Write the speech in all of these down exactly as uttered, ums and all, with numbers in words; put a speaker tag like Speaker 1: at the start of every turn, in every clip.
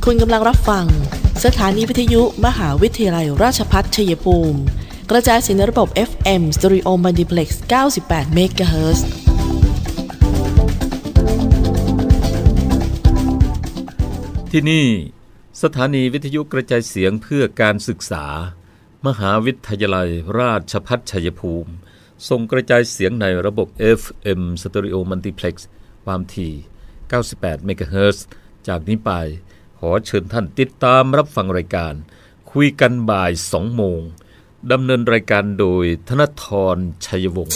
Speaker 1: คุณกำลังรับฟังสถานีวิทยุมหาวิทยาลัยราชภัฏชัยภูมิกระจายเสียงในระบบ เอฟ เอ็ม Stereo Multiplex เก้าสิบแปด เมกะเฮิรตซ์
Speaker 2: ที่นี่สถานีวิทยุกระจายเสียงเพื่อการศึกษามหาวิทยาลัยราชภัฏชัยภูมิส่งกระจายเสียงในระบบ เอฟ เอ็ม Stereo Multiplex ความถี่เก้าสิบแปด เมกะเฮิรตซ์ จากนี้ไปขอเชิญท่านติดตามรับฟังรายการคุยกันบ่ายสองโมงดำเนินรายการโดยธนธรชัยวงศ์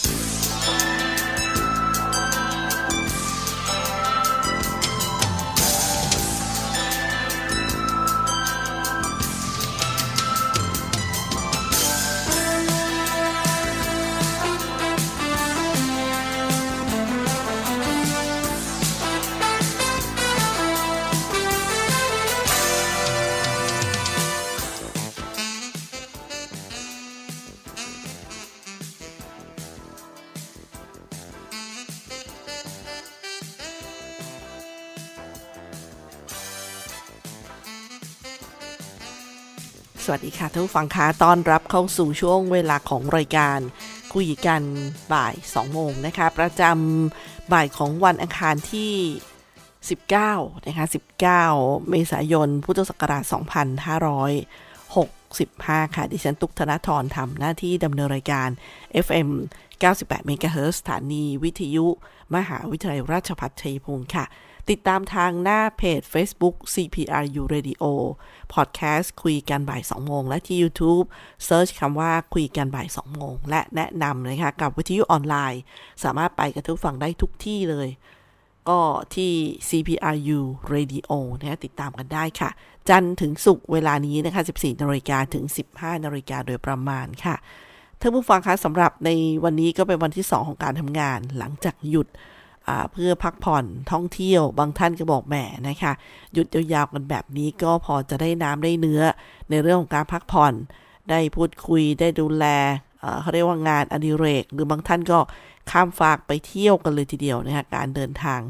Speaker 1: สวัสดีค่ะท่านผู้ฟังคะต้อนรับเข้าสู่ช่วงเวลาของรายการคุยกันบ่ายสองโมงนะคะประจำบ่ายของวันอังคารที่สิบเก้านะคะสิบเก้าเมษายนพุทธศักราชสองพันห้าร้อยหกสิบห้าค่ะดิฉันตุ๊กธนธรทำหน้าที่ดำเนินรายการ เอฟ เอ็ม เก้าสิบแปด เมกะเฮิรตซ์ สถานีวิทยุมหาวิทยาลัยราชภัฏชัยภูมิค่ะติดตามทางหน้าเพจ Facebook ซี พี อาร์ ยู Radio Podcast คุยกันบ่ายสองโมงและที่ YouTube Search คำว่าคุยกันบ่ายสองโมงและแนะนำนะคะกับวิทยุออนไลน์สามารถไปกับทุกฝั่งได้ทุกที่เลยก็ที่ ซี พี อาร์ ยู Radio นะติดตามกันได้ค่ะจันทร์ถึงศุกร์เวลานี้นะคะ สิบสี่นาฬิกา ถึง สิบห้านาฬิกาโดยประมาณค่ะท่านผู้ฟังคะสำหรับในวันนี้ก็เป็นวันที่สองของการทำงานหลังจากหยุดเพื่อพักผ่อนท่องเที่ยวบางท่านก็บอกแหมนะคะหยุดยาวๆกันแบบนี้ก็พอจะได้น้ำได้เนื้อในเรื่องของการพักผ่อนได้พูดคุยได้ดูแล เอ่อ เขาเรียกว่างานอดิเรกหรือบางท่านก็ข้ามฟากไปเที่ยวกันเลยทีเดียวนะคะการเดินทาง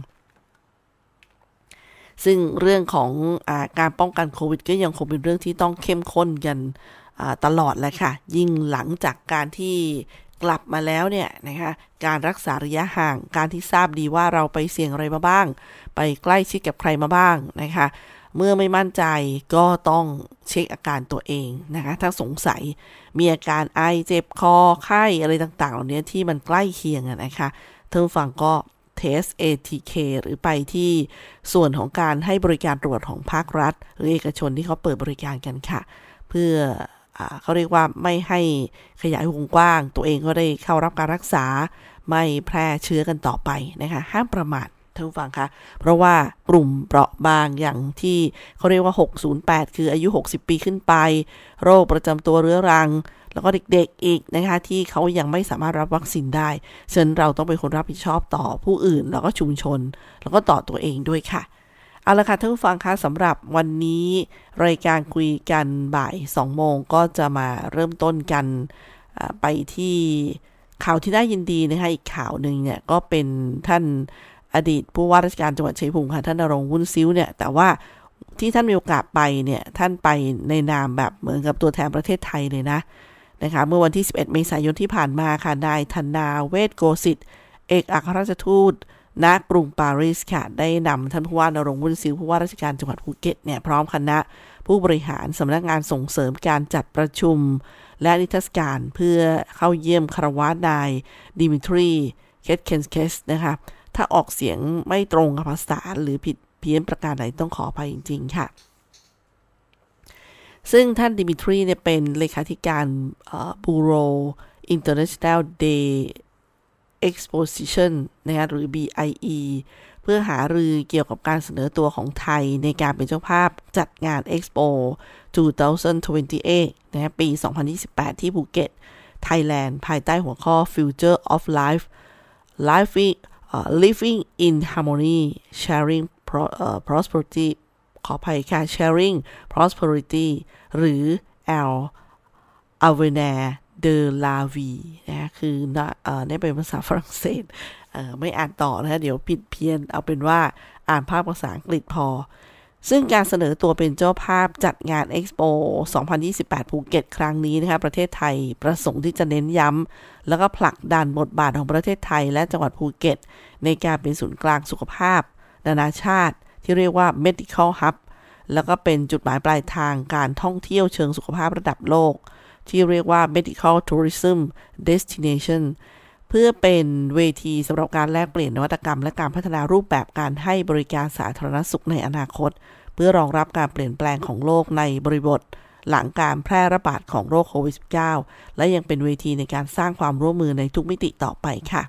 Speaker 1: ซึ่งเรื่องของอ่าการป้องกันโควิดก็ยังคงเป็นเรื่องที่ต้องเข้มข้นกันตลอดแหละค่ะยิ่งหลังจากการที่กลับมาแล้วเนี่ยนะคะการรักษาระยะห่างการที่ทราบดีว่าเราไปเสี่ยงอะไรมาบ้างไปใกล้ชิดกับใครมาบ้างนะคะเมื่อไม่มั่นใจก็ต้องเช็คอาการตัวเองนะคะถ้าสงสัยมีอาการไอเจ็บคอไข้อะไรต่างๆเหล่านี้ที่มันใกล้เคียงนะคะท่านผู้ฟังก็เทส เอ ที เค หรือไปที่ส่วนของการให้บริการตรวจของภาครัฐหรือเอกชนที่เขาเปิดบริการกันค่ะเพื่อเขาเรียกว่าไม่ให้ขยายวงกว้างตัวเองก็ได้เข้ารับการรักษาไม่แพร่เชื้อกันต่อไปนะคะห้ามประมาทท่านผู้ฟังคะเพราะว่ากลุ่มเปราะบางอย่างที่เขาเรียกว่าหกศูนย์แปดคืออายุหกสิบปีขึ้นไปโรคประจำตัวเรื้อรังแล้วก็เด็กๆอีกนะคะที่เขายังไม่สามารถรับวัคซีนได้ฉะนั้นเราต้องเป็นคนรับผิดชอบต่อผู้อื่นแล้วก็ชุมชนแล้วก็ต่อตัวเองด้วยค่ะเอาละค่ะท่านผู้ฟังคะสำหรับวันนี้รายการคุยกันบ่ายสองโมงก็จะมาเริ่มต้นกันไปที่ข่าวที่น่ายินดีนะคะอีกข่าวหนึ่งเนี่ยก็เป็นท่านอดีตผู้ว่าราชการจังหวัดชัยภูมิค่ะท่านณรงค์ วุ้นซิ้วเนี่ยแต่ว่าที่ท่านมีโอกาสไปเนี่ยท่านไปในนามแบบเหมือนกับตัวแทนประเทศไทยเลยนะนะคะเมื่อวันที่สิบเอ็ดเมษายนที่ผ่านมาค่ะนายธนาเวชโกสิทธิ์เอกอัครราชทูตณกรุงปารีสค่ะได้นำท่านผู้ว่าณรงค์ วุ้นซิ้วผู้ว่าราชการจังหวัดภูเก็ตเนี่ยพร้อมคณะผู้บริหารสำนักงานส่งเสริมการจัดประชุมและนิทรรศการเพื่อเข้าเยี่ยมคารวะนายดิมิทรีเคทเคนสเคสนะคะถ้าออกเสียงไม่ตรงกับภาษาหรือผิดเพี้ยนประการใดต้องขออภัยจริงๆค่ะซึ่งท่านดิมิทรีเนี่ยเป็นเลขาธิการบูโร International Day Exposition นะคะหรือ บี ไอ อี เพื่อหารือเกี่ยวกับการเสนอตัวของไทยในการเป็นเจ้าภาพจัดงาน Expo สองพันยี่สิบแปดนะปีสองพันยี่สิบแปดที่ภูเก็ตไทยแลนด์ภายใต้หัวข้อ Future of Life Living uh, Living in Harmony Sharing Pro, uh, Prosperity ขออภัยค่ะ Sharing Prosperity หรือ L Avenir de la Vie นะคือเอ่อนี่เป็นภาษาฝรั่งเศสเอ่อไม่อ่านต่อนะเดี๋ยวผิดเพี้ยนเอาเป็นว่าอ่านภาพภาษาอังกฤษพอซึ่งการเสนอตัวเป็นเจ้าภาพจัดงาน Expo สองพันยี่สิบแปด ภูเก็ตครั้งนี้นะคะประเทศไทยประสงค์ที่จะเน้นย้ำแล้วก็ผลักดันบทบาทของประเทศไทยและจังหวัดภูเก็ตในการเป็นศูนย์กลางสุขภาพนานาชาติที่เรียกว่า Medical Hub แล้วก็เป็นจุดหมายปลายทางการท่องเที่ยวเชิงสุขภาพระดับโลกที่เรียกว่า Medical Tourism Destination เพื่อเป็นเวทีสำหรับการแลกเปลี่ยนนวัตกรรมและการพัฒนารูปแบบการให้บริการสาธารณสุขในอนาคตเพื่อรองรับการเปลี่ยนแปลงของโลกในบริบทหลังการแพร่ระบาดของโรคโควิด สิบเก้า และยังเป็นเวทีในการสร้างความร่วมมือในทุกมิติต่อไปค่ะ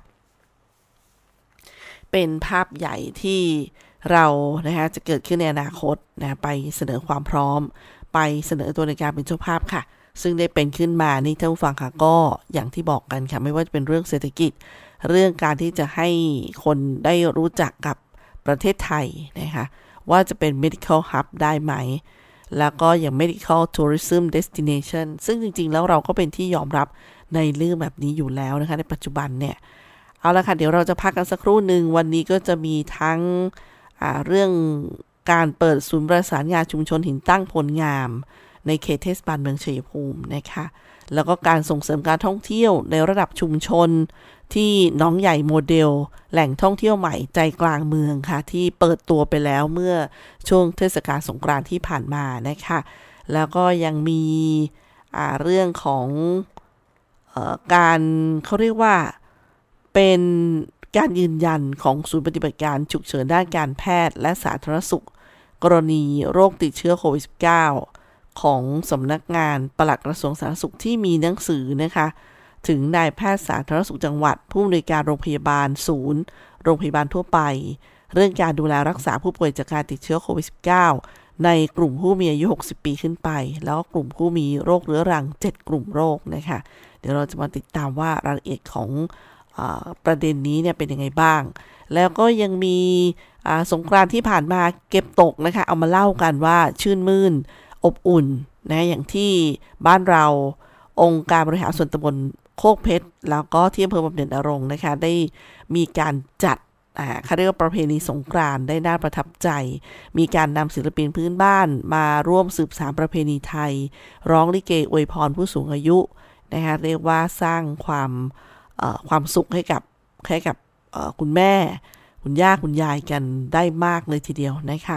Speaker 1: เป็นภาพใหญ่ที่เรานะคะจะเกิดขึ้นในอนาคตนะไปเสนอความพร้อมไปเสนอตัวในการเป็นเจ้าภาพค่ะซึ่งได้เป็นขึ้นมานี่ท่านผู้ฟังค่ะก็อย่างที่บอกกันค่ะไม่ว่าจะเป็นเรื่องเศรษฐกิจเรื่องการที่จะให้คนได้รู้จักกับประเทศไทยนะคะว่าจะเป็น medical hub ได้ไหมแล้วก็อย่าง medical tourism destination ซึ่งจริงๆแล้วเราก็เป็นที่ยอมรับในเรื่องแบบนี้อยู่แล้วนะคะในปัจจุบันเนี่ยเอาละค่ะเดี๋ยวเราจะพักกันสักครู่หนึ่งวันนี้ก็จะมีทั้งเรื่องการเปิดศูนย์ประสานงานชุมชนหินตั้งผลงามในเขตเทศบาลเมืองชัยภูมินะคะแล้วก็การส่งเสริมการท่องเที่ยวในระดับชุมชนที่หนองใหญ่โมเดลแหล่งท่องเที่ยวใหม่ใจกลางเมืองค่ะที่เปิดตัวไปแล้วเมื่อช่วงเทศกาลสงกรานต์ที่ผ่านมานะคะแล้วก็ยังมีเรื่องของเอ่อการเขาเรียกว่าเป็นการยืนยันของศูนย์ปฏิบัติการฉุกเฉินด้านการแพทย์และสาธารณสุขกรณีโรคติดเชื้อโควิด สิบเก้า ของสำนักงานปลัดกระทรวงสาธารณสุขที่มีหนังสือนะคะถึงนายแพทย์สาธารณสุขจังหวัดผู้อำนวยการโรงพยาบาลศูนย์โรงพยาบาลทั่วไปเรื่องการดูแลรักษาผู้ป่วยจากการติดเชื้อโควิด สิบเก้า ในกลุ่มผู้มีอายุหกสิบปีขึ้นไปแล้วก็กลุ่มผู้มีโรคเรื้อรังเจ็ดกลุ่มโรคนะคะเดี๋ยวเราจะมาติดตามว่ารายละเอียดของประเด็นนี้เนี่ยเป็นยังไงบ้างแล้วก็ยังมีสงกรานต์ที่ผ่านมาเก็บตกนะคะเอามาเล่ากันว่าชื่นมื่นอบอุ่นนะอย่างที่บ้านเราองค์การบริหารส่วนตำบลโคกเพชรแล้วก็ที่อำเภอบำเหน็จนรงค์นะคะได้มีการจัดอ่าเขาเรียกว่าประเพณีสงกรานต์ได้น่าประทับใจมีการนำศิลปินพื้นบ้านมาร่วมสืบสานประเพณีไทยร้องลิเกอวยพรผู้สูงอายุนะคะเรียกว่าสร้างความความสุขให้กับให้กับคุณแม่คุณย่าคุณยายกันได้มากเลยทีเดียวนะคะ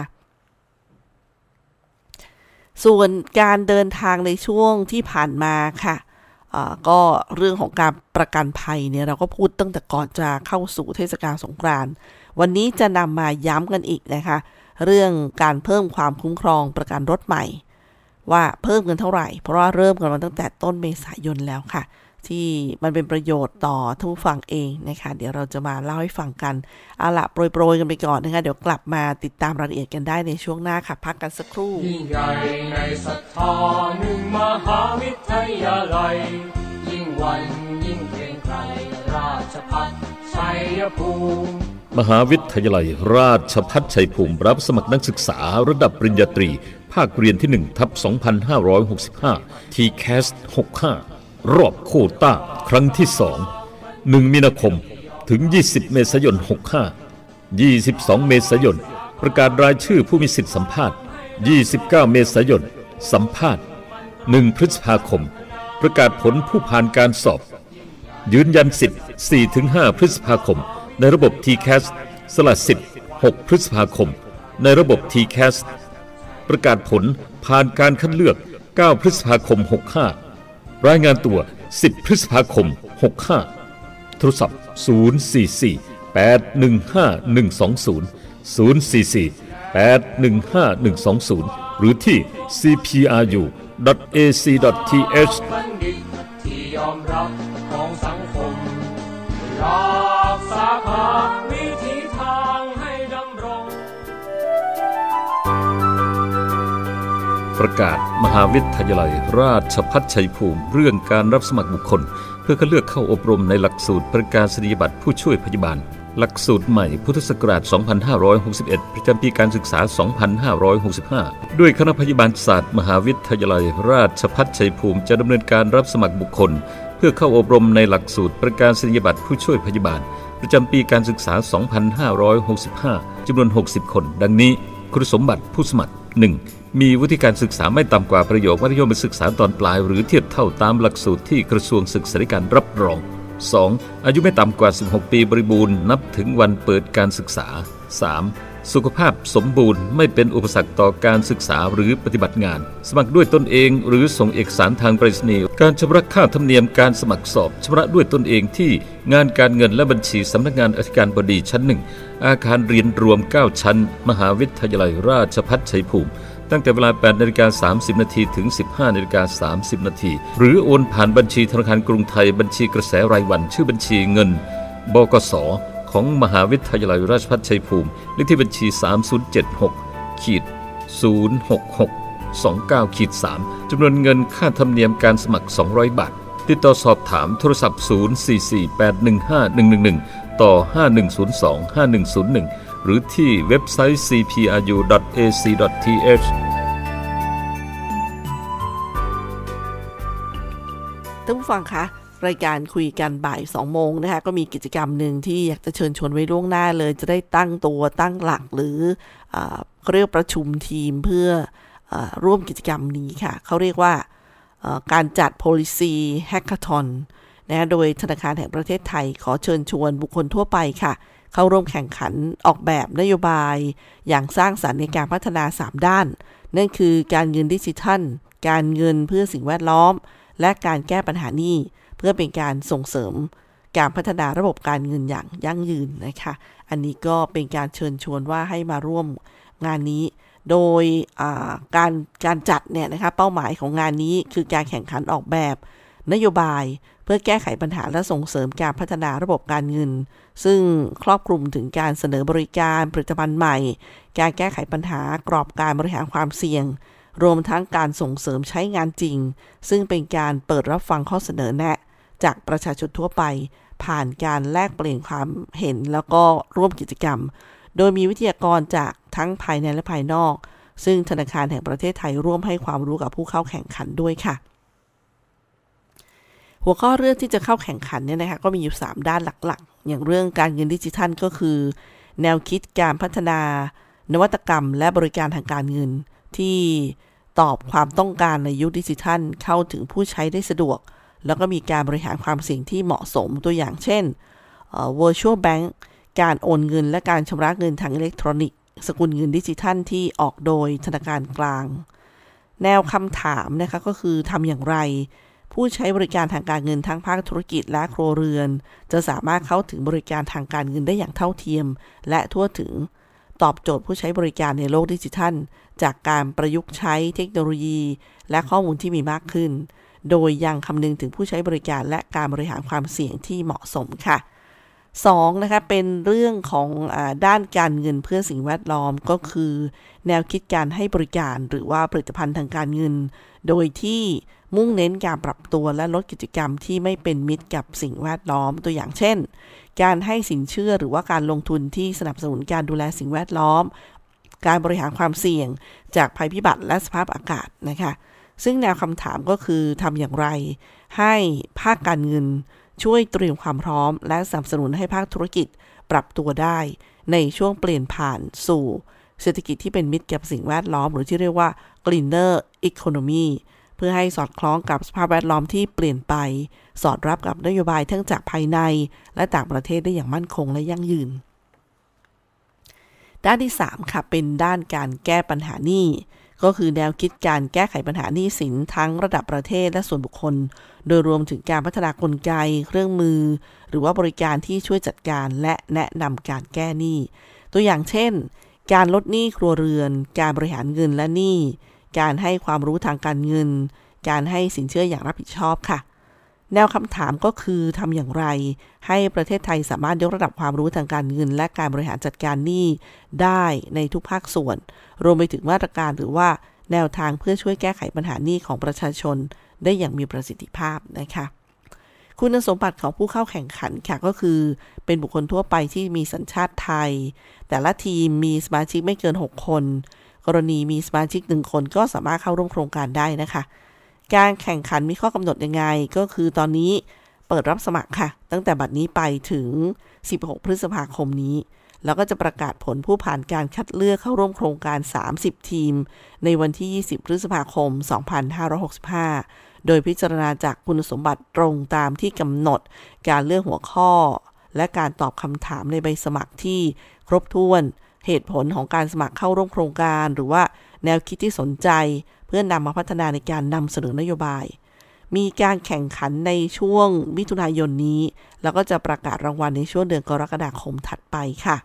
Speaker 1: ส่วนการเดินทางในช่วงที่ผ่านมาค่ะก็เรื่องของการประกันภัยเนี่ยเราก็พูดตั้งแต่ก่อนจะเข้าสู่เทศกาลสงกรานต์วันนี้จะนำมาย้ำกันอีกนะคะเรื่องการเพิ่มความคุ้มครองประกันรถใหม่ว่าเพิ่มกันเท่าไหร่เพราะว่าเริ่มกันมาตั้งแต่ต้นเมษายนแล้วค่ะที่มันเป็นประโยชน์ต่อทุกฝั่งเองนะคะเดี๋ยวเราจะมาเล่าให้ฟังกันเอาละโปรยๆกันไปก่อนนะคะเดี๋ยวกลับมาติดตามรายละเอียดกันได้ในช่วงหน้าค่ะพักกันสักครู่
Speaker 3: ยิ่งใหญ่ในศรัทธาหนึ่งมหาวิทยาลัยยิ่งวันยิ่งเกรียงไกรราชภัฏชัยภูมิ
Speaker 2: มหาวิทยาลัยราชภัฏชัยภูมิรับสมัครนักศึกษาระดับปริญญาตรีภาคเรียนที่ หนึ่งทับสองพันห้าร้อยหกสิบห้า ที แคส หกสิบห้ารอบโควต้าครั้งที่สองหนึ่งมีนาคมถึงยี่สิบเมษายนหกสิบห้า ยี่สิบสองเมษายนประกาศรายชื่อผู้มีสิทธิสัมภาษณ์ยี่สิบเก้าเมษายนสัมภาษณ์หนึ่งพฤษภาคมประกาศผลผู้ผ่านการสอบยืนยันสิทธิ์ สี่ถึงห้า พฤษภาคมในระบบ ที แคส สละสิทธิ์หกพฤษภาคมในระบบ ที แคส ประกาศผลผ่านการคัดเลือกเก้าพฤษภาคมหกสิบห้ารายงานตัวสิบพฤษภาคมหกสิบห้าโทรศัพท์ศูนย์ สี่ สี่ แปด หนึ่ง ห้า หนึ่ง สอง ศูนย์ ศูนย์ สี่ สี่ แปด หนึ่ง ห้า หนึ่ง สอง ศูนย์หรือที่ ซี พี อาร์ ยู ดอท เอ ซี ดอท ที เอช
Speaker 3: บัณฑิตที่ยอมรับของสังคมรักษาภาพวิถีทางให้ดำรง
Speaker 2: ประกาศมหาวิทยาลัยราชภัฏชัยภูมิเรื่องการรับสมัครบุคคลเพื่อคัดเลือกเข้าอบรมในหลักสูตรประกาศนียบัตรผู้ช่วยพยาบาลหลักสูตรใหม่พุทธศักราชสองพันห้าร้อยหกสิบเอ็ดประจำปีการศึกษาสองพันห้าร้อยหกสิบห้าด้วยคณะพยาบาลศาสตร์มหาวิทยาลัยราชภัฏชัยภูมิจะดำเนินการรับสมัครบุคคลเพื่อเข้าอบรมในหลักสูตรประกาศนียบัตรผู้ช่วยพยาบาลประจำปีการศึกษาสองพันห้าร้อยหกสิบห้าจำนวนหกสิบคนดังนี้คุณสมบัติผู้สมัครหนึ่ง มีวุฒิการศึกษาไม่ต่ำกว่าประโยคมัธยมศึกษาตอนปลายหรือเทียบเท่าตามหลักสูตรที่กระทรวงศึกษาธิการรับรอง สอง อายุไม่ต่ำกว่าสิบหกปีบริบูรณ์นับถึงวันเปิดการศึกษา สาม สุขภาพสมบูรณ์ไม่เป็นอุปสรรคต่อการศึกษาหรือปฏิบัติงานสมัครด้วยตนเองหรือส่งเอกสารทางไปรษณีย์การชำระค่าธรรมเนียมการสมัครสอบชำระด้วยตนเองที่งานการเงินและบัญชีสำนักงานอธิการบดีชั้นหนึ่งอาคารเรียนรวมเก้าชั้นมหาวิทยาลัยราชภัฏชัยภูมิตั้งแต่เวลา แปดนาฬิกาสามสิบนาที ถึง สิบห้านาฬิกาสามสิบนาทีหรือโอนผ่านบัญชีธนาคารกรุงไทยบัญชีกระแสรายวันชื่อบัญชีเงินบกสของมหาวิทยาลัยราชภัฏชัยภูมิเลขที่บัญชี สาม ศูนย์ เจ็ด หก ศูนย์ หก หก สอง เก้า สาม จำนวนเงินค่าธรรมเนียมการสมัครสองร้อยบาทติดต่อสอบถามโทรศัพท์ศูนย์ สี่ สี่ แปด หนึ่ง ห้า หนึ่ง หนึ่ง หนึ่งต่อห้าหนึ่งศูนย์สอง ห้าหนึ่งศูนย์หนึ่งหรือที่เว็บไซต์ ซี พี อาร์ ยู ดอท เอ ซี ดอท ที เอช
Speaker 1: ท่านผู้ฟังคะรายการคุยกันบ่ายสองโมงนะคะก็มีกิจกรรมหนึ่งที่อยากจะเชิญชวนไว้ล่วงหน้าเลยจะได้ตั้งตัวตั้งหลักหรือเขาเรียกประชุมทีมเพื่อร่วมกิจกรรมนี้ค่ะเขาเรียกว่าการจัด policy hackathon นะโดยธนาคารแห่งประเทศไทยขอเชิญชวนบุคคลทั่วไปค่ะเข้าร่วมแข่งขันออกแบบนโยบายอย่างสร้างสรรค์ในการพัฒนาสามด้านนั่นคือการเงินดิจิทัลการเงินเพื่อสิ่งแวดล้อมและการแก้ปัญหาหนี้เพื่อเป็นการส่งเสริมการพัฒนาระบบการเงินอย่างยั่งยืนนะคะอันนี้ก็เป็นการเชิญชวนว่าให้มาร่วมงานนี้โดยการการจัดเนี่ยนะคะเป้าหมายของงานนี้คือการแข่งขันออกแบบนโยบายเพื่อแก้ไขปัญหาและส่งเสริมการพัฒนาระบบการเงินซึ่งครอบคลุมถึงการเสนอบริการผลิตภัณฑ์ใหม่การแก้ไขปัญหากรอบการบริหารความเสี่ยงรวมทั้งการส่งเสริมใช้งานจริงซึ่งเป็นการเปิดรับฟังข้อเสนอแนะจากประชาชนทั่วไปผ่านการแลกเปลี่ยนความเห็นแล้วก็ร่วมกิจกรรมโดยมีวิทยากรจากทั้งภายในและภายนอกซึ่งธนาคารแห่งประเทศไทยร่วมให้ความรู้กับผู้เข้าแข่งขันด้วยค่ะหัวข้อเรื่องที่จะเข้าแข่งขันเนี่ยนะคะก็มีอยู่สามด้านหลักๆอย่างเรื่องการเงินดิจิทัลก็คือแนวคิดการพัฒนานวัตกรรมและบริการทางการเงินที่ตอบความต้องการในยุคดิจิทัลเข้าถึงผู้ใช้ได้สะดวกแล้วก็มีการบริหารความเสี่ยงที่เหมาะสมตัวอย่างเช่น virtual bank การโอนเงินและการชำระเงินทางอิเล็กทรอนิกส์สกุลเงินดิจิทัลที่ออกโดยธนาคารกลางแนวคำถามนะคะก็คือทำอย่างไรผู้ใช้บริการทางการเงินทั้งภาคธุรกิจและครัวเรือนจะสามารถเข้าถึงบริการทางการเงินได้อย่างเท่าเทียมและทั่วถึงตอบโจทย์ผู้ใช้บริการในโลกดิจิทัลจากการประยุกต์ใช้เทคโนโลยีและข้อมูลที่มีมากขึ้นโดยยังคำนึงถึงผู้ใช้บริการและการบริหารความเสี่ยงที่เหมาะสมค่ะสองนะคะเป็นเรื่องของอ่าด้านการเงินเพื่อสิ่งแวดล้อมก็คือแนวคิดการให้บริการหรือว่าผลิตภัณฑ์ทางการเงินโดยที่มุ่งเน้นการปรับตัวและลดกิจกรรมที่ไม่เป็นมิตรกับสิ่งแวดล้อมตัวอย่างเช่นการให้สินเชื่อหรือว่าการลงทุนที่สนับสนุนการดูแลสิ่งแวดล้อมการบริหารความเสี่ยงจากภัยพิบัติและสภาพอากาศนะคะซึ่งแนวคำถามก็คือทำอย่างไรให้ภาคการเงินช่วยเตรียมความพร้อมและสนับสนุนให้ภาคธุรกิจปรับตัวได้ในช่วงเปลี่ยนผ่านสู่เศรษฐกิจที่เป็นมิตรกับสิ่งแวดล้อมหรือที่เรียกว่า greener economy เพื่อให้สอดคล้องกับสภาพแวดล้อมที่เปลี่ยนไปสอดรับกับนโยบายทั้งจากภายในและต่างประเทศได้อย่างมั่นคงและยั่งยืนด้านที่สามค่ะเป็นด้านการแก้ปัญหาหนี้ก็คือแนวคิดการแก้ไขปัญหาหนี้สินทั้งระดับประเทศและส่วนบุคคลโดยรวมถึงการพัฒนากลไกเครื่องมือหรือว่าบริการที่ช่วยจัดการและแนะนำการแก้หนี้ตัวอย่างเช่นการลดหนี้ครัวเรือนการบริหารเงินและหนี้การให้ความรู้ทางการเงินการให้สินเชื่ออย่างรับผิดชอบค่ะแนวคำถามก็คือทำอย่างไรให้ประเทศไทยสามารถยกระดับความรู้ทางการเงินและการบริหารจัดการหนี้ได้ในทุกภาคส่วนรวมไปถึงมาตรการหรือว่าแนวทางเพื่อช่วยแก้ไขปัญหาหนี้ของประชาชนได้อย่างมีประสิทธิภาพนะคะคุณสมบัติของผู้เข้าแข่งขันค่ะก็คือเป็นบุคคลทั่วไปที่มีสัญชาติไทยแต่ละทีมมีสมาชิกไม่เกินหกคนกรณีมีสมาชิกหนึ่งคนก็สามารถเข้าร่วมโครงการได้นะคะการแข่งขันมีข้อกำหนดยังไงก็คือตอนนี้เปิดรับสมัครค่ะตั้งแต่บัดนี้ไปถึงสิบหกพฤษภาคมนี้แล้วก็จะประกาศผลผู้ผ่านการคัดเลือกเข้าร่วมโครงการสามสิบทีมในวันที่ยี่สิบพฤษภาคมสองพันห้าร้อยหกสิบห้าโดยพิจารณาจากคุณสมบัติตรงตามที่กำหนดการเลือกหัวข้อและการตอบคำถามในใบสมัครที่ครบถ้วนเหตุผลของการสมัครเข้าร่วมโครงการหรือว่าแนวคิดที่สนใจเพื่อนำมาพัฒนาในการนำเสนอนโยบายมีการแข่งขันในช่วงมิถุนายนนี้แล้วก็จะประกาศรางวัลในช่วงเดือนกรกฎาคมถัดไปค่ะ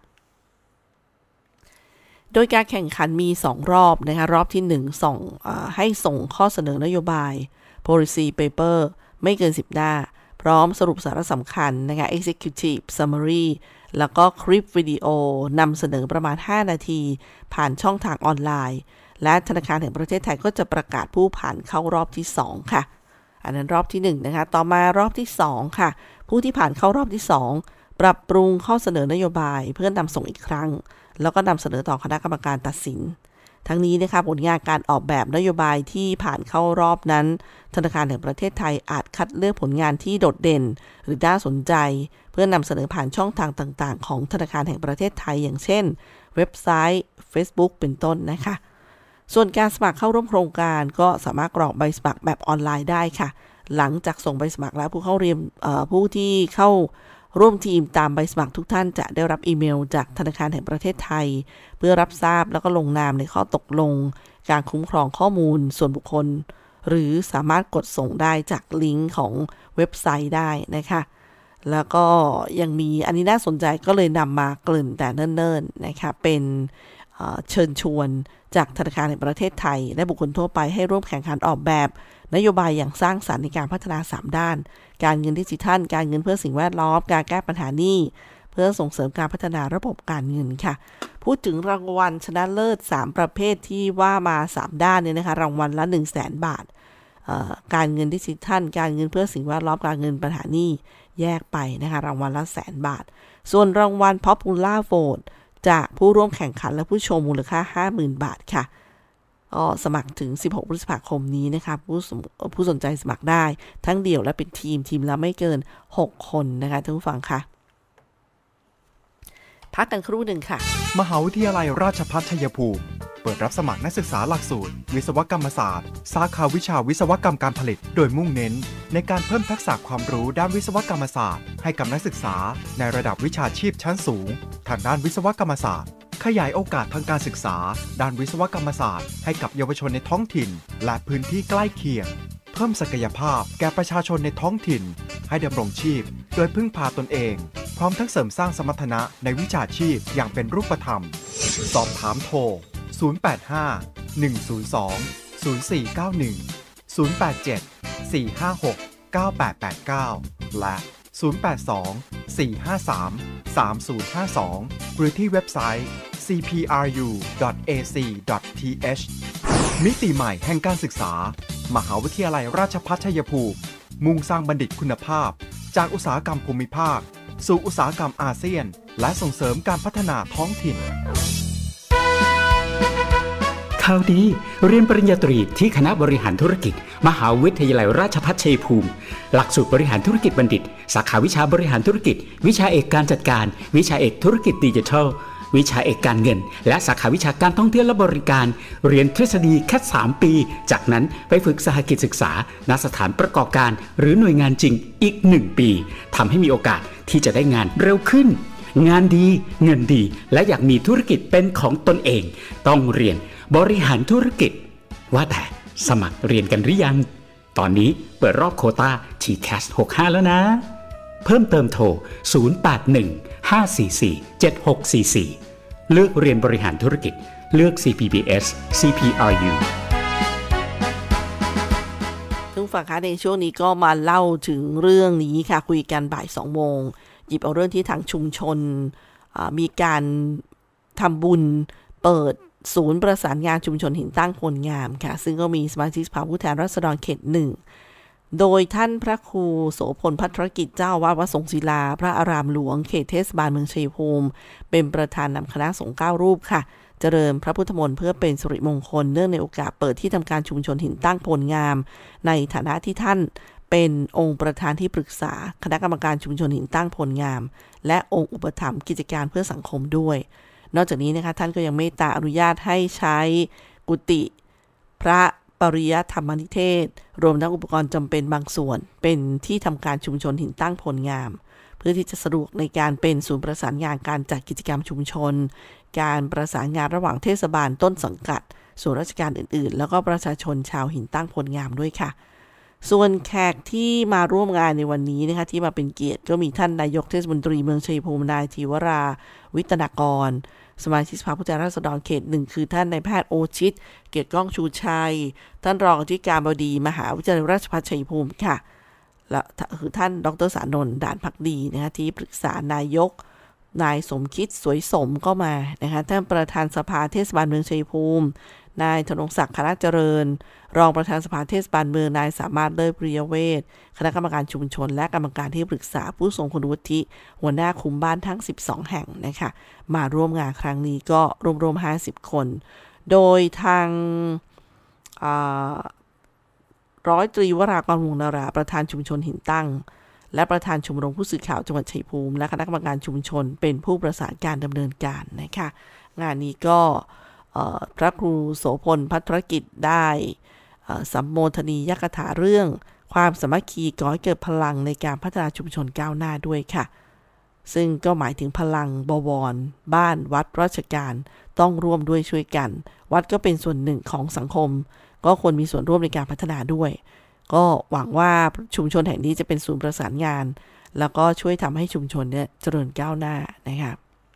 Speaker 1: โดยการแข่งขันมีสองรอบนะคะรอบที่หนึ่งส่งให้ส่งข้อเสนอนโยบาย policy paper ไม่เกินสิบหน้าพร้อมสรุปสาระสำคัญนะคะ executive summary แล้วก็คลิปวิดีโอนำเสนอประมาณห้านาทีผ่านช่องทางออนไลน์และธนาคารแห่งประเทศไทยก็จะประกาศผู้ผ่านเข้ารอบที่สองค่ะอันนั้นรอบที่หนึ่งนะคะต่อมารอบที่สองค่ะผู้ที่ผ่านเข้ารอบที่สองปรับปรุงข้อเสนอนโยบายเพื่อนำส่งอีกครั้งแล้วก็นำเสนอต่อคณะกรรมการตัดสินทั้งนี้นะคะผลงานการออกแบบนโยบายที่ผ่านเข้ารอบนั้นธนาคารแห่งประเทศไทยอาจคัดเลือกผลงานที่โดดเด่นหรือน่าสนใจเพื่อนำเสนอผ่านช่องทางต่างๆของธนาคารแห่งประเทศไทยอย่างเช่นเว็บไซต์ Facebook เป็นต้นนะคะส่วนการสมัครเข้าร่วมโครงการก็สามารถกรอกใบสมัครแบบออนไลน์ได้ค่ะหลังจากส่งใบสมัครแล้วผู้เข้าเรียนผู้ที่เข้าร่วมทีมตามใบสมัครทุกท่านจะได้รับอีเมลจากธนาคารแห่งประเทศไทยเพื่อรับทราบแล้วก็ลงนามในข้อตกลงการคุ้มครองข้อมูลส่วนบุคคลหรือสามารถกดส่งได้จากลิงก์ของเว็บไซต์ได้นะคะแล้วก็ยังมีอันนี้น่าสนใจก็เลยนำมาเกริ่นแต่เนิ่นๆนะคะเป็นเชิญชวนจากธนาคารแห่งประเทศไทยและบุคคลทั่วไปให้ร่วมแข่งขันออกแบบนโยบายอย่างสร้างสรรค์ในการพัฒนาสามด้านการเงินดิจิทัลการเงินเพื่อสิ่งแวดล้อมการแก้ปัญหาหนี้เพื่อส่งเสริมการพัฒนาระบบการเงินค่ะพูดถึงรางวัลชนะเลิศสามประเภทที่ว่ามาสามด้านเนี่ยนะคะรางวัลละ หนึ่งแสน บาทการเงินดิจิทัลการเงินเพื่อสิ่งแวดล้อมการเงินปัญหาหนี้แยกไปนะคะรางวัลละแสนบาทส่วนรางวัล Popular Vote จากผู้ร่วมแข่งขันและผู้ชมมูลค่า ห้าหมื่น บาทค่ะก็สมัครถึงสิบหกพฤษภาคมนี้นะคะผู้ผู้สนใจสมัครได้ทั้งเดี่ยวและเป็นทีมทีมละไม่เกินหกคนนะคะท่านผู้ฟังค่ะพักกันครู่หนึ่งค่ะ
Speaker 4: มหาวิทยาลัยราชภัฏชัยภูมิเปิดรับสมัครนักศึกษาหลักสูตรวิศวกรรมศาสตร์สาขาวิชาวิศวกรรมการผลิตโดยมุ่งเน้นในการเพิ่มทักษะความรู้ด้านวิศวกรรมศาสตร์ให้กับนักศึกษาในระดับวิชาชีพชั้นสูงทางด้านวิศวกรรมศาสตร์ขยายโอกาสทางการศึกษาด้านวิศวกรรมศาสตร์ให้กับเยาวชนในท้องถิ่นและพื้นที่ใกล้เคียงเพิ่มศักยภาพแก่ประชาชนในท้องถิ่นให้ดำรงชีพโดยพึ่งพาตนเองพร้อมทั้งเสริมสร้างสมรรถนะในวิชาชีพอย่างเป็นรูปธรรมสอบถามโทรศูนย์ แปด ห้า หนึ่ง ศูนย์ สอง ศูนย์ สี่ เก้า หนึ่ง ศูนย์ แปด เจ็ด สี่ ห้า หก เก้า แปด แปด เก้าและศูนย์ แปด สอง สี่ ห้า สาม สาม ศูนย์ ห้า สองหรือที่เว็บไซต์ ซี พี อาร์ ยู ดอท เอ ซี ดอท ที เอช มิติใหม่แห่งการศึกษามหาวิทยาลัยราชภัฏชัยภูมิมุ่งสร้างบัณฑิตคุณภาพจากอุตสาหกรรมภูมิภาคสู่อุตสาหกรรมอาเซียนและส่งเสริมการพัฒนาท้องถิ่น
Speaker 5: ข่าวดีเรียนปริญญาตรีที่คณะบริหารธุรกิจมหาวิทยาลัยราชภัฏชัยภูมิหลักสูตรบริหารธุรกิจบัณฑิตสาขาวิชาบริหารธุรกิจวิชาเอกการจัดการวิชาเอกธุรกิจดิจิทัลวิชาเอกการเงินและสาขาวิชาการท่องเที่ยวและบริการเรียนทฤษฎีแค่สามปีจากนั้นไปฝึกสหกิจศึกษาณสถานประกอบการหรือหน่วยงานจริงอีกหนึ่งปีทำให้มีโอกาสที่จะได้งานเร็วขึ้นงานดีเงินดีและอยากมีธุรกิจเป็นของตนเองต้องเรียนบริหารธุรกิจว่าแต่สมัครเรียนกันหรือยังตอนนี้เปิดรอบโควต้า ที แคส หกสิบห้า แล้วนะเพิ่มเติมโทรศูนย์ แปด หนึ่ง ห้า สี่ สี่ เจ็ด หก สี่ สี่เลือกเรียนบริหารธุรกิจเลือก ซี พี บี เอส ซี พี อาร์ ยู
Speaker 1: ทุกฝั่งคะในช่วงนี้ก็มาเล่าถึงเรื่องนี้ค่ะคุยกันบ่ายสองโมงหยิบเอาเรื่องที่ทางชุมชนมีการทำบุญเปิดศูนย์ประสานงานชุมชนหินตั้งโพลงามค่ะซึ่งก็มีสมาชิกสภาผู้แทนราษฎรเขตหนึ่งโดยท่านพระครูโสพลภัทรกิจเจ้าอาวาสวัดทรงศิลาพระอารามหลวงเขตเทศบาลเมืองชัยภูมิเป็นประธานนำคณะสงฆ์เก้ารูปค่ะเจริญพระพุทธมนต์เพื่อเป็นสิริมงคลเนื่องในโอกาสเปิดที่ทำการชุมชนหินตั้งโพลงามในฐานะที่ท่านเป็นองค์ประธานที่ปรึกษาคณะกรรมการชุมชนหินตั้งโพลงามและองค์อุปถัมภ์กิจการเพื่อสังคมด้วยนอกจากนี้นะคะท่านก็ยังเมตตาอนุญาตให้ใช้กุฏิพระปริยัติธรรมนิเทศรวมทั้งอุปกรณ์จำเป็นบางส่วนเป็นที่ทำการชุมชนหินตั้งผลงามเพื่อที่จะสะดวกในการเป็นศูนย์ประสานงานการจัดกิจกรรมชุมชนการประสานงานระหว่างเทศบาลต้นสังกัดส่วนราชการอื่นๆแล้วก็ประชาชนชาวหินตั้งผลงามด้วยค่ะส่วนแขกที่มาร่วมงานในวันนี้นะคะที่มาเป็นเกียรติก็มีท่านนายกเทศมนตรีเมืองชัยภูมินายธีวราวิตนากรสมาชิกสภาผู้แทนราษฎรเขตหนึ่งคือท่านนายแพทย์โอชิตเกียรติก้องชูชัยท่านรองอธิการบดีมหาวิทยาลัยราชภัฏชัยภูมิค่ะและคือท่านดร.สานนท์ด่านภักดีนะคะที่ปรึกษานายกนายสมคิดสวยสมก็มานะคะท่านประธานสภาเทศบาลเมืองชัยภูมินายธนงศักดิ์คณะเจริญรองประธานสภาเทศบาลเมืองนายสามารถเลิศปริยเวชคณะกรรมการชุมชนและกรรมการที่ปรึกษาผู้ทรงคุณวุฒิหัวหน้าคุมบ้านทั้งสิบสองแห่งนะคะมาร่วมงานครั้งนี้ก็รวมๆห้าสิบคนโดยทางร้อยตรีวรากรวงนาราประธานชุมชนหินตั้งและประธานชมรมผู้สื่อข่าวจังหวัดชัยภูมิและคณะกรรมการชุมชนเป็นผู้ประสานการดำเนินการนะคะงานนี้ก็พระครูโสพลภัทรกิจได้สัมโมทนียกถาเรื่องความสามัคคีก่อให้เกิดพลังในการพัฒนาชุมชนก้าวหน้าด้วยค่ะซึ่งก็หมายถึงพลังบวรบ้านวัดราชการต้องร่วมด้วยช่วยกันวัดก็เป็นส่วนหนึ่งของสังคมก็ควรมีส่วนร่วมในการพัฒนาด้วยก็หวังว่าชุมชนแห่งนี้จะเป็นศูนย์ประสานงานแล้วก็ช่วยทำให้ชุมชนเนี่ยเจริญก้าวหน้านะครับ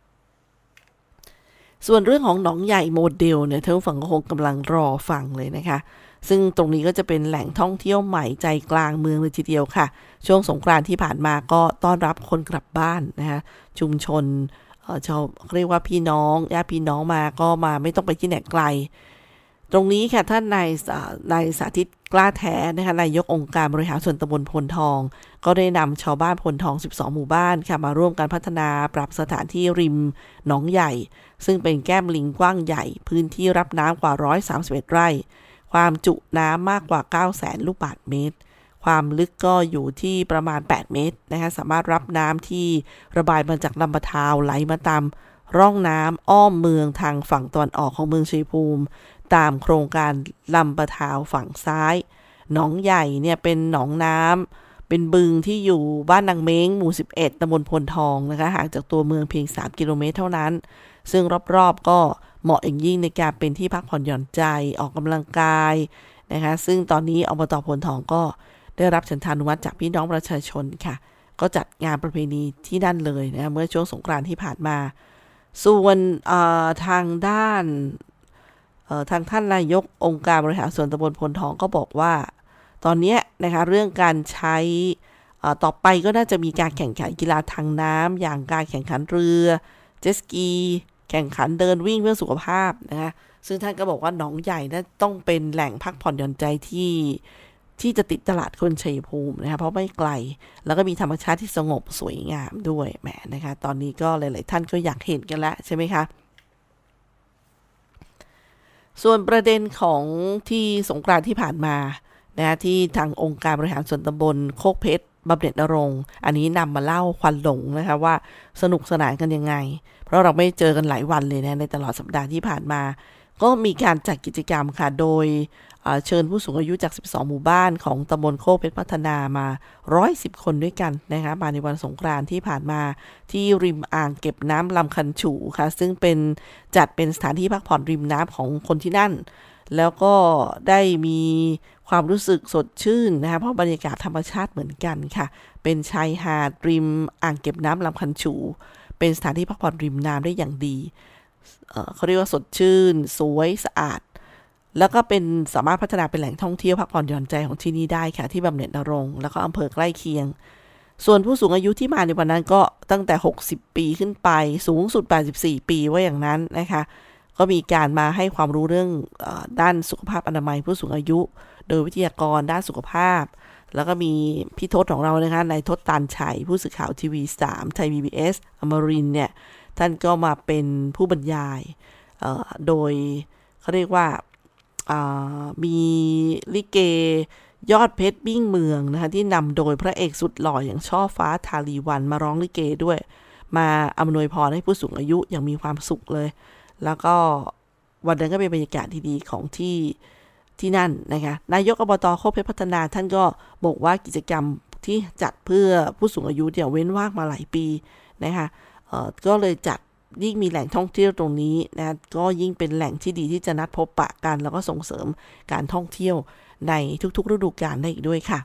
Speaker 1: ส่วนเรื่องของหนองใหญ่โมเดลเนี่ยท่านผู้ฟังก็คงกำลังรอฟังเลยนะคะซึ่งตรงนี้ก็จะเป็นแหล่งท่องเที่ยวใหม่ใจกลางเมืองเลยทีเดียวค่ะช่วงสงกรานต์ที่ผ่านมาก็ต้อนรับคนกลับบ้านนะคะชุมชนเอ่อชาวเรียกว่าพี่น้องญาติพี่น้องมาก็มาไม่ต้องไปที่ไหนไกลตรงนี้ค่ะท่านนายนายสาธิตกล้าแท้นะคะนายกองค์การบริหารส่วนตำบลพลทองก็ได้นำชาวบ้านพลทองสิบสองหมู่บ้านค่ะมาร่วมกันพัฒนาปรับสถานที่ริมหนองใหญ่ซึ่งเป็นแก้มลิงกว้างใหญ่พื้นที่รับน้ำกว่าหนึ่งร้อยสามสิบเอ็ดไร่ความจุน้ำมากกว่า เก้าแสน ลูกบาศก์เมตรความลึกก็อยู่ที่ประมาณแปดเมตรนะคะสามารถรับน้ำที่ระบายมาจากลำปะทาวไหลมาตามร่องน้ำอ้อมเมืองทางฝั่งตะวันออกของเมืองชัยภูมิตามโครงการลำปะทาวฝั่งซ้ายหนองใหญ่เนี่ยเป็นหนองน้ำเป็นบึงที่อยู่บ้านนางเม้งหมู่สิบเอ็ดตำบลพลทองนะคะห่างจากตัวเมืองเพียงสามกิโลเมตรเท่านั้นซึ่งรอบๆก็เหมาะอย่างยิ่งในการเป็นที่พักผ่อนหย่อนใจออกกำลังกายนะคะซึ่งตอนนี้อบต.พลทองก็ได้รับฉันทานุมัติจากพี่น้องประชาชนค่ะก็จัดงานประเพณีที่นั่นเลยนะเมื่อช่วงสงกรานต์ที่ผ่านมาส่วนทางด้านทางท่านนายกองค์การบริหารส่วนตำบลพลทองก็บอกว่าตอนนี้นะคะเรื่องการใช้ต่อไปก็น่าจะมีการแข่งขันกีฬาทางน้ำอย่างการแข่งขันเรือเจ็ตสกีแข่งขันเดินวิ่งเพื่อสุขภาพนะคะซึ่งท่านก็บอกว่าหนองใหญ่นะต้องเป็นแหล่งพักผ่อนหย่อนใจที่ที่จะติดตลาดคนชัยภูมินะคะเพราะไม่ไกลแล้วก็มีธรรมชาติที่สงบสวยงามด้วยแหมนะคะตอนนี้ก็หลายๆท่านก็อยากเห็นกันแล้วใช่ไหมคะส่วนประเด็นของที่สงกรานต์ที่ผ่านมานะที่ทางองค์การบริหารส่วนตำบลโคกเพชรบำเหน็จนรงค์อันนี้นำมาเล่าควันหลงนะคะว่าสนุกสนานกันยังไงเพราะเราไม่เจอกันหลายวันเลยนะในตลอดสัปดาห์ที่ผ่านมาก็มีการจัดกิจกรรมค่ะโดยเชิญผู้สูงอายุจากสิบสองหมู่บ้านของตำบลโคกเพชรพัฒนามาหนึ่งร้อยสิบคนด้วยกันนะคะมาในวันสงกรานต์ที่ผ่านมาที่ริมอ่างเก็บน้ำลำคันฉู่ค่ะซึ่งเป็นจัดเป็นสถานที่พักผ่อนริมน้ำของคนที่นั่นแล้วก็ได้มีความรู้สึกสดชื่นนะคะเพราะบรรยากาศธรรมชาติเหมือนกันค่ะเป็นชายหาดริมอ่างเก็บน้ำลำคันฉู่เป็นสถานที่พักผ่อนริมน้ำได้อย่างดีเอ่อเขาเรียกว่าสดชื่นสวยสะอาดแล้วก็เป็นสามารถพัฒนาเป็นแหล่งท่องเที่ยวพักผ่อนหย่อนใจของที่นี่ได้ค่ะที่บำเหน็จนรงค์แล้วก็อำเภอใกล้เคียงส่วนผู้สูงอายุที่มาในวันนั้นก็ตั้งแต่หกสิบปีขึ้นไปสูงสุดแปดสิบสี่ปีว่าอย่างนั้นนะคะก็มีการมาให้ความรู้เรื่องเอ่อด้านสุขภาพอนามัยผู้สูงอายุโดยวิทยากรด้านสุขภาพแล้วก็มีพี่ทศของเรานะคะนายทศตาลชัยผู้สื่อข่าวทีวีสามไทย พี บี เอส อมรินทร์เนี่ยท่านก็มาเป็นผู้บรรยายเอ่อโดยเขาเรียกว่ามีลิเกยอดเพชรบิ้งเมืองนะคะที่นำโดยพระเอกสุดหล่ออย่างช่อฟ้าทาลีวันมาร้องลิเกด้วยมาอำนวยพรให้ผู้สูงอายุอย่างมีความสุขเลยแล้วก็วันนั้นก็เป็นบรรยากาศดีๆของที่ที่นั่นนะคะนายกอบต.โคกเพชรพัฒนาท่านก็บอกว่ากิจกรรมที่จัดเพื่อผู้สูงอายุเดี๋ยวเว้นว่างมาหลายปีนะคะเอ่อก็เลยจัดยิ่งมีแหล่งท่องเที่ยวตรงนี้นะก็ยิ่งเป็นแหล่งที่ดีที่จะนัดพบปะกันแล้วก็ส่งเสริมการท่องเที่ยวในทุกๆฤดูกาลได้อีกด้วยค่ะ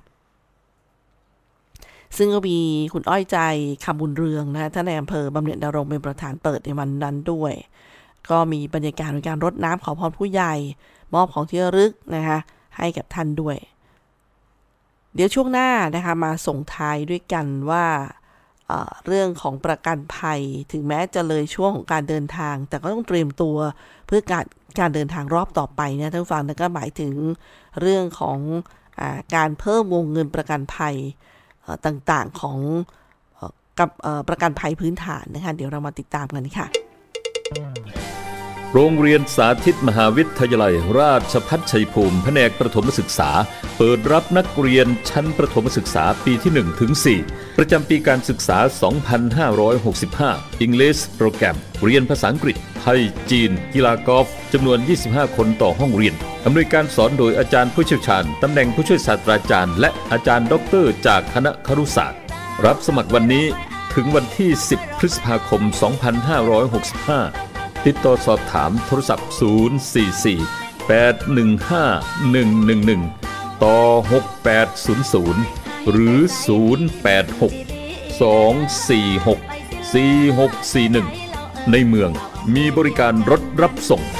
Speaker 1: ซึ่งก็มีคุณอ้อยใจคำบุญเรืองนะท่านในอำเภอบำเหน็จนรงค์เป็นประธานเปิดในวันนั้นด้วยก็มีบรรยากาศในการรดน้ำขอพรผู้ใหญ่มอบของที่ระลึกนะคะให้กับท่านด้วยเดี๋ยวช่วงหน้านะคะมาส่งท้ายด้วยกันว่าเอ่อเรื่องของประกันภัยถึงแม้จะเลยช่วงของการเดินทางแต่ก็ต้องเตรียมตัวเพื่อการการเดินทางรอบต่อไปนะท่านฟังนะก็หมายถึงเรื่องของอ่าการเพิ่มวงเงินประกันภัยต่างๆของกับประกันภัยพื้นฐานนะคะเดี๋ยวเรามาติดตามกันค่ะ
Speaker 2: โรงเรียนสาธิตมหาวิทยาลัยราชภัฏชัยภูมิแผนกประถมศึกษาเปิดรับนักเรียนชั้นประถมศึกษาปีที่ หนึ่งถึงสี่ ประจำปีการศึกษา สองพันห้าร้อยหกสิบห้า English โปรแกรมเรียนภาษาอังกฤษไทยจีนกีฬากอล์ฟจำนวนยี่สิบห้าคนต่อห้องเรียนอำนวยการสอนโดยอาจารย์ผู้เชี่ยวชาญตำแหน่งผู้ช่วยศาสตราจารย์และอาจารย์ด็อกเตอร์จากคณะครุศาสตร์รับสมัครวันนี้ถึงวันที่ สิบ พฤษภาคม สองพันห้าร้อยหกสิบห้าติดต่อสอบถามโทรศัพท์ ศูนย์ สี่ สี่ แปด หนึ่ง ห้า หนึ่ง หนึ่ง หนึ่ง ต่อ หก แปด ศูนย์ ศูนย์ หรือ ศูนย์ แปด หก สอง สี่ หก สี่ หก สี่ หนึ่ง ในเมืองมีบริการรถรับส่ง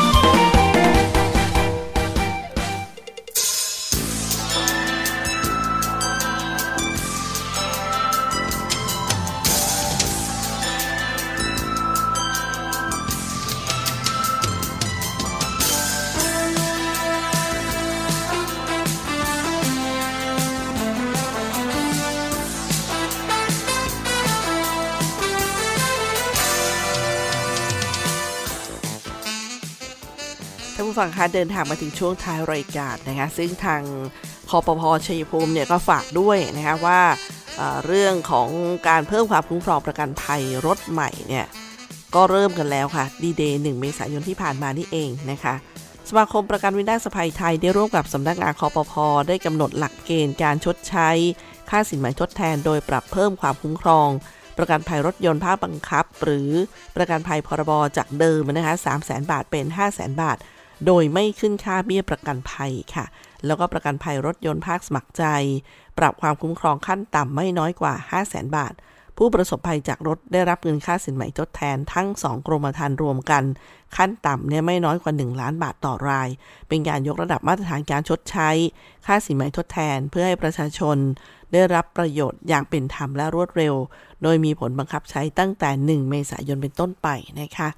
Speaker 1: ผู้ฟังคะเดินทางมาถึงช่วงท้ายรายการนะคะซึ่งทางคปภ.ชัยภูมิเนี่ยก็ฝากด้วยนะคะว่าเอ่อเรื่องของการเพิ่มความคุ้มครองประกันภัยรถใหม่เนี่ยก็เริ่มกันแล้วค่ะดีเดย์หนึ่งเมษายนที่ผ่านมานี่เองนะคะสมาคมประกันวินาศภัยไทยได้ร่วมกับสำนักงานคปภ.ได้กำหนดหลักเกณฑ์การชดใช้ค่าสินไหมทดแทนโดยปรับเพิ่มความคุ้มครองประกันภัยรถยนต์ภาคบังคับหรือประกันภัยพรบจากเดิมนะคะสามแสนบาทเป็น ห้าแสนบาทโดยไม่ขึ้นค่าเบี้ยประกันภัยค่ะแล้วก็ประกันภัยรถยนต์ภาคสมัครใจปรับความคุ้มครองขั้นต่ำไม่น้อยกว่า ห้าแสนบาทผู้ประสบภัยจากรถได้รับเงินค่าสินไหมทดแทนทั้งสองกรมธรรม์รวมกันขั้นต่ำเนี่ยไม่น้อยกว่าหนึ่งล้านบาทต่อรายเป็นการยกระดับมาตรฐานการชดใช้ค่าสินไหมทดแทนเพื่อให้ประชาชนได้รับประโยชน์อย่างเป็นธรรมและรวดเร็วโดยมีผลบังคับใช้ตั้งแต่หนึ่งเมษายนเป็นต้นไปนะคะ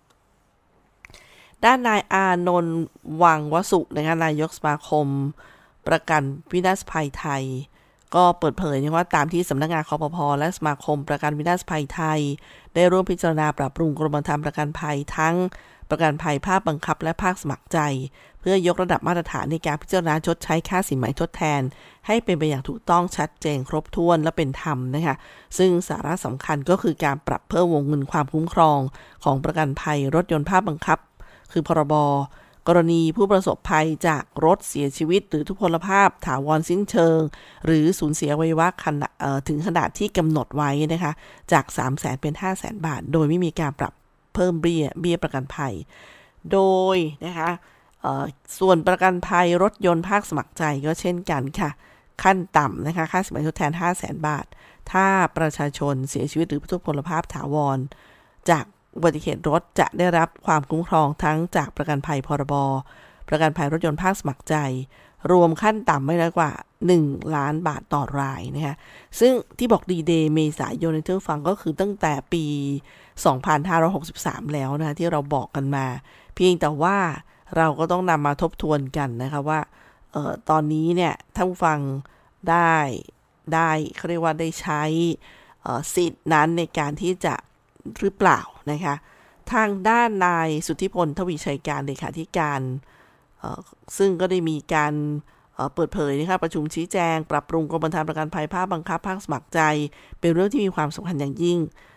Speaker 1: ด้านนายอานนท์วังวสุนะคะนายกสมาคมประกันวินาศภัยไทยก็เปิดเผยว่าตามที่สำนักงานคปภ.และสมาคมประกันวินาศภัยไทยได้ร่วมพิจารณาปรับปรุงกรมธรรม์ประกันภัยทั้งประกันภัยภาคบังคับและภาคสมัครใจเพื่อยกระดับมาตรฐานในการพิจารณาชดใช้ค่าสินไหมทดแทนให้เป็นไปอย่างถูกต้องชัดเจนครบถ้วนและเป็นธรรมนะคะซึ่งสาระสำคัญก็คือการปรับเพิ่มวงเงินความคุ้มครองของประกันภัยรถยนต์ภาคบังคับคือพรบกรณีผู้ประสบภัยจากรถเสียชีวิตหรือทุพพลภาพถาวรสิ้นเชิงหรือสูญเสียอวัยวะขณะถึงขนาดที่กำหนดไว้นะคะจาก สามแสน เป็น ห้าแสน บาทโดยไม่มีการปรับเพิ่มเบี้ยเบี้ยประกันภัยโดยนะคะส่วนประกันภัยรถยนต์ภาคสมัครใจก็เช่นกันค่ะขั้นต่ำนะคะค่าสินไหมทดแทน ห้าแสน บาทถ้าประชาชนเสียชีวิตหรือทุพพลภาพถาวรจากอุบัติเหตุรถจะได้รับความคุ้มครองทั้งจากประกันภัยพรบประกันภัยรถยนต์ภาคสมัครใจรวมขั้นต่ำไม่น้อยกว่าหนึ่งล้านบาทต่อรายนะคะซึ่งที่บอกดีเดย์เมษายนในเท่าฟังก็คือตั้งแต่ปีสองพันห้าร้อยหกสิบสามแล้วนะที่เราบอกกันมาเพียงแต่ว่าเราก็ต้องนำมาทบทวนกันนะคะว่าเอ่อตอนนี้เนี่ยท่านผู้ฟังได้ได้เขาเรียกว่าได้ใช้เอ่อสิทธินั้นในการที่จะหรือเปล่านะคะทางด้านนายสุทธิพลทวีชัยการเลขาธิการซึ่งก็ได้มีการเปิดเผยนะคะประชุมชี้แจงปรับปรุงกรมธรรม์ประกันภัยภาคบังคับภาคสมัครใจเป็นเรื่องที่มีความสำคัญอย่างยิ่ง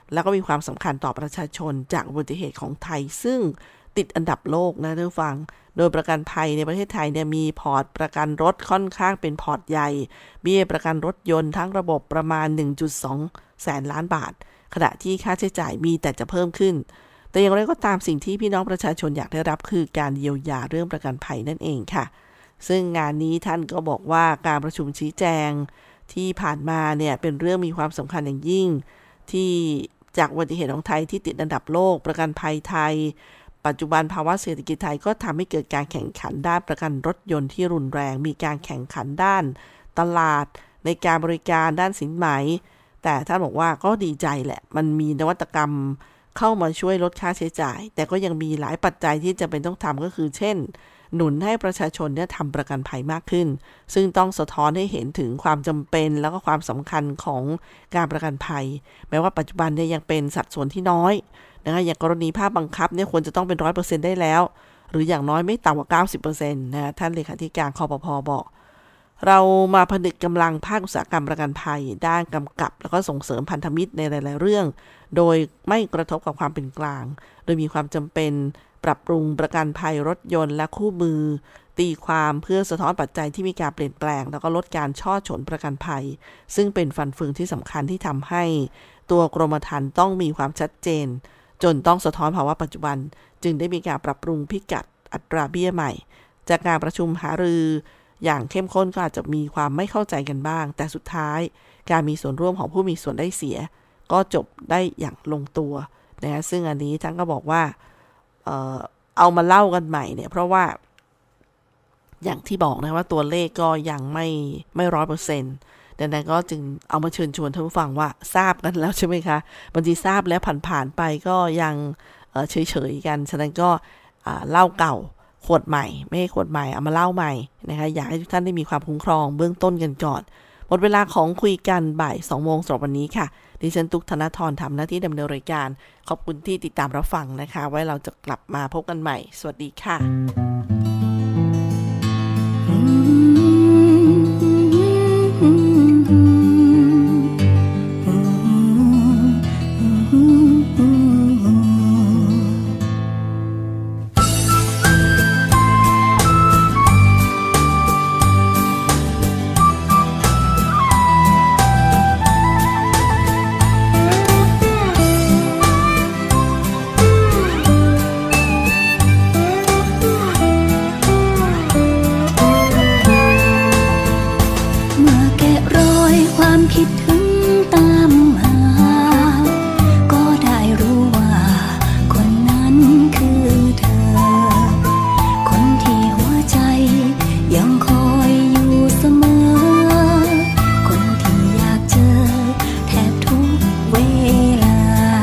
Speaker 1: แล้วก็มีความสำคัญต่อประชาชนจากอุบัติเหตุของไทยซึ่งติดอันดับโลกนะท่านผู้ฟังโดยประกันภัยในประเทศไทยเนี่ยมีพอร์ตประกันรถค่อนข้างเป็นพอร์ตใหญ่เบี้ยประกันรถยนต์ทั้งระบบประมาณ หนึ่งจุดสอง แสนล้านบาทขณะที่ค่าใช้จ่ายมีแต่จะเพิ่มขึ้นแต่อย่างไรก็ตามสิ่งที่พี่น้องประชาชนอยากได้รับคือการเยียวยาเรื่องประกันภัยนั่นเองค่ะซึ่งงานนี้ท่านก็บอกว่าการประชุมชี้แจงที่ผ่านมาเนี่ยเป็นเรื่องมีความสำคัญอย่างยิ่งที่จากอุบัติเหตุของไทยที่ติดอันดับโลกประกันภัยไทยปัจจุบันภาวะเศรษฐกิจไทยก็ทำให้เกิดการแข่งขันด้านประกันรถยนต์ที่รุนแรงมีการแข่งขันด้านตลาดในการบริการด้านสินไหมแต่ท่านบอกว่าก็ดีใจแหละมันมีนวัตกรรมเข้ามาช่วยลดค่าใช้จ่ายแต่ก็ยังมีหลายปัจจัยที่จะเป็นต้องทำก็คือเช่นหนุนให้ประชาชนเนี่ยทำประกันภัยมากขึ้นซึ่งต้องสะท้อนให้เห็นถึงความจำเป็นแล้วก็ความสำคัญของการประกันภัยแม้ว่าปัจจุบันเนี่ยยังเป็นสัดส่วนที่น้อยนะคะอย่างกรณีภาคบังคับเนี่ยควรจะต้องเป็น ร้อยเปอร์เซ็นต์ ได้แล้วหรืออย่างน้อยไม่ต่ำกว่า เก้าสิบเปอร์เซ็นต์ นะท่านเลขาธิการคปภ.บอกเรามาผนึกกำลังภาคอุตสาหกรรมประกันภัยด้านกำกับแล้วก็ส่งเสริมพันธมิตรในหลายๆเรื่องโดยไม่กระทบกับความเป็นกลางโดยมีความจำเป็นปรับปรุงประกันภัยรถยนต์และคู่มือตีความเพื่อสะท้อนปัจจัยที่มีการเปลี่ยนแปลงแล้วก็ลดการช่อฉนประกันภัยซึ่งเป็นฟันเฟืองที่สำคัญที่ทำให้ตัวกรมธรรม์ต้องมีความชัดเจนจนต้องสะท้อนภาวะปัจจุบันจึงได้มีการปรับปรุงพิกัดอัตราเบี้ยใหม่จากการประชุมหารืออย่างเข้มข้นก็อาจจะมีความไม่เข้าใจกันบ้างแต่สุดท้ายการมีส่วนร่วมของผู้มีส่วนได้เสียก็จบได้อย่างลงตัวนะซึ่งอันนี้ท่านก็บอกว่า เอ่อ เอามาเล่ากันใหม่เนี่ยเพราะว่าอย่างที่บอกนะว่าตัวเลขก็ยังไม่ไม่ร้อยเปอร์เซ็นต์ดังนั้นก็จึงเอามาเชิญชวนท่านผู้ฟังว่าทราบกันแล้วใช่ไหมคะบางทีทราบแล้วผ่านๆไปก็ยังเฉยๆกันฉะนั้นก็เล่าเก่าขวดใหม่ไม่ให้ขวดใหม่เอามาเล่าใหม่นะคะอยากให้ทุกท่านได้มีความคุ้มครองเบื้องต้นกันก่อนหมดเวลาของคุยกันบ่ายสองโมงสำหรับวันนี้ค่ะดิฉันตุ๊กธนธรทำหน้าที่ดำเนินรายการขอบคุณที่ติดตามรับฟังนะคะไว้เราจะกลับมาพบกันใหม่สวัสดีค่ะ
Speaker 6: คิดถึงตามหาก็ได้รู้ว่าคนนั้นคือเธอคนที่หัวใจยังคอยอยู่เสมอคนที่อยากเจอแทบทุกเวลา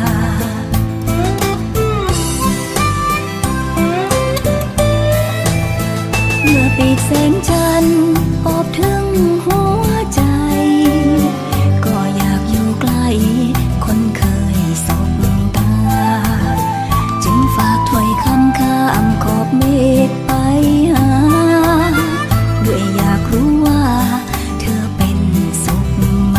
Speaker 6: เมื่อปีกแสงจันทร์ออบถึงหัวใจคนเคยสบตาจึงฝากถ้อยคำข้ามขอบเมฆไปหาด้วยอยากรู้ว่าเธอเป็นสุขไหม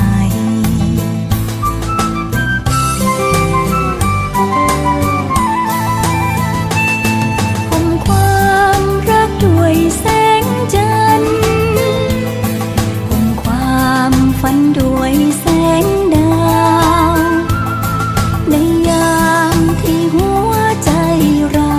Speaker 6: ห่มความรักด้วยแสงจันทร์ห่มความฝันด้วยแสงดาวในยามที่หัวใจเรา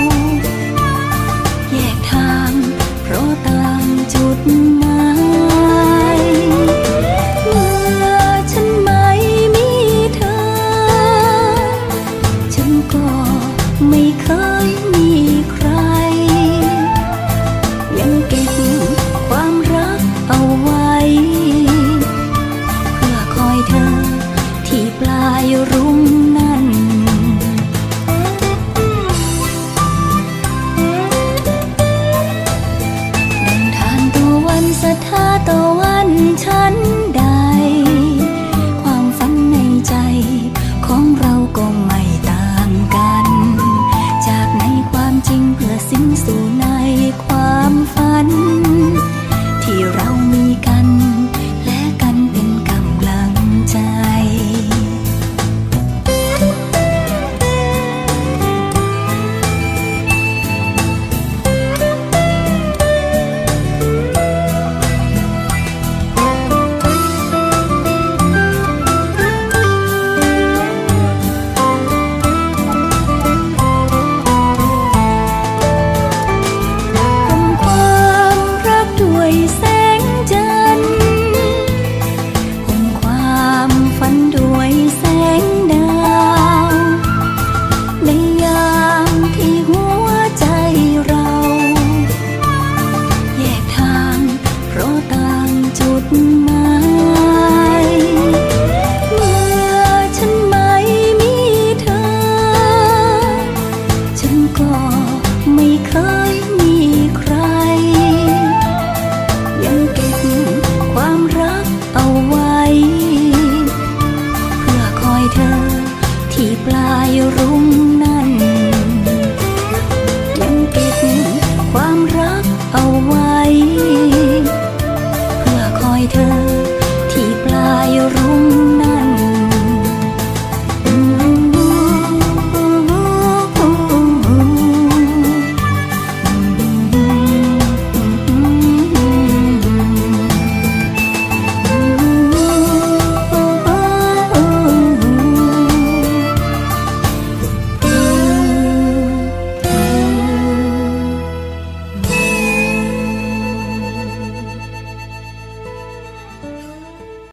Speaker 6: แยกทางเพราะต่างจุดหมายเมื่อฉันไม่มีเธอฉันก็ไม่เคย